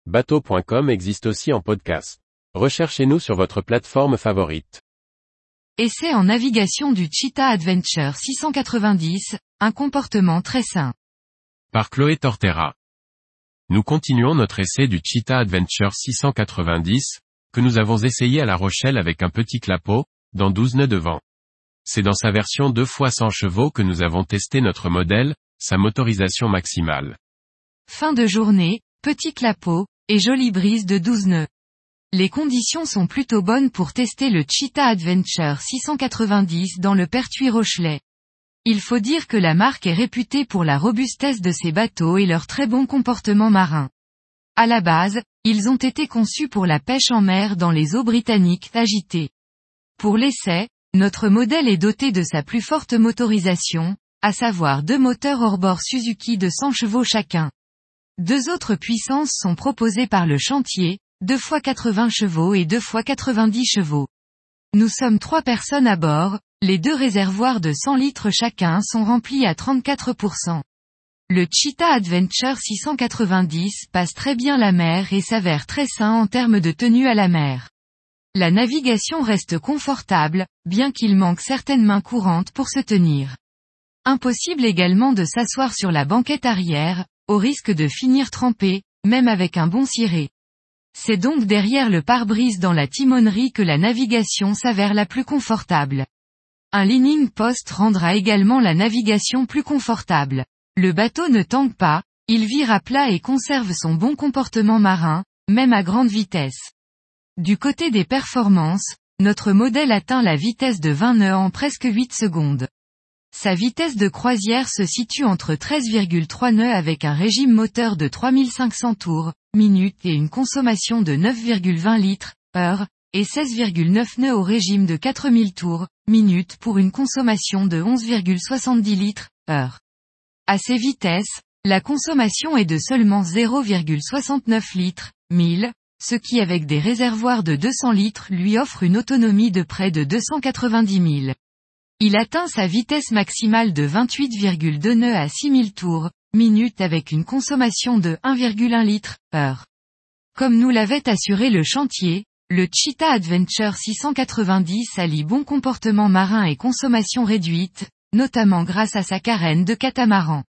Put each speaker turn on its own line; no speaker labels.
Bateau.com existe aussi en podcast. Recherchez-nous sur votre plateforme favorite.
Essai en navigation du Cheetah Adventure 690, un comportement très sain.
Par Chloé Tortera. Nous continuons notre essai du Cheetah Adventure 690, que nous avons essayé à La Rochelle avec un petit clapot, dans 12 nœuds de vent. C'est dans sa version 2 fois 100 chevaux que nous avons testé notre modèle, sa motorisation maximale.
Fin de journée, petit clapot, et jolie brise de 12 nœuds. Les conditions sont plutôt bonnes pour tester le Cheetah Adventure 690 dans le Pertuis Rochelais. Il faut dire que la marque est réputée pour la robustesse de ses bateaux et leur très bon comportement marin. À la base, ils ont été conçus pour la pêche en mer dans les eaux britanniques agitées. Pour l'essai, notre modèle est doté de sa plus forte motorisation, à savoir 2 moteurs hors-bord Suzuki de 100 chevaux chacun. 2 autres puissances sont proposées par le chantier, 2 x 80 chevaux et 2 x 90 chevaux. Nous sommes 3 personnes à bord, les 2 réservoirs de 100 litres chacun sont remplis à 34%. Le Cheetah Adventure 690 passe très bien la mer et s'avère très sain en termes de tenue à la mer. La navigation reste confortable, bien qu'il manque certaines mains courantes pour se tenir. Impossible également de s'asseoir sur la banquette arrière, au risque de finir trempé, même avec un bon ciré. C'est donc derrière le pare-brise dans la timonerie que la navigation s'avère la plus confortable. Un leaning post rendra également la navigation plus confortable. Le bateau ne tangue pas, il vire à plat et conserve son bon comportement marin, même à grande vitesse. Du côté des performances, notre modèle atteint la vitesse de 20 nœuds en presque 8 secondes. Sa vitesse de croisière se situe entre 13,3 nœuds avec un régime moteur de 3500 tours, minute et une consommation de 9,20 litres, heure, et 16,9 nœuds au régime de 4000 tours, minute pour une consommation de 11,70 litres, heure. À ces vitesses, la consommation est de seulement 0,69 litres, 1000, ce qui avec des réservoirs de 200 litres lui offre une autonomie de près de 290 000. Il atteint sa vitesse maximale de 28,2 nœuds à 6000 tours, minute avec une consommation de 1,1 litre, heure. Comme nous l'avait assuré le chantier, le Cheetah Adventure 690 allie bon comportement marin et consommation réduite, notamment grâce à sa carène de catamaran.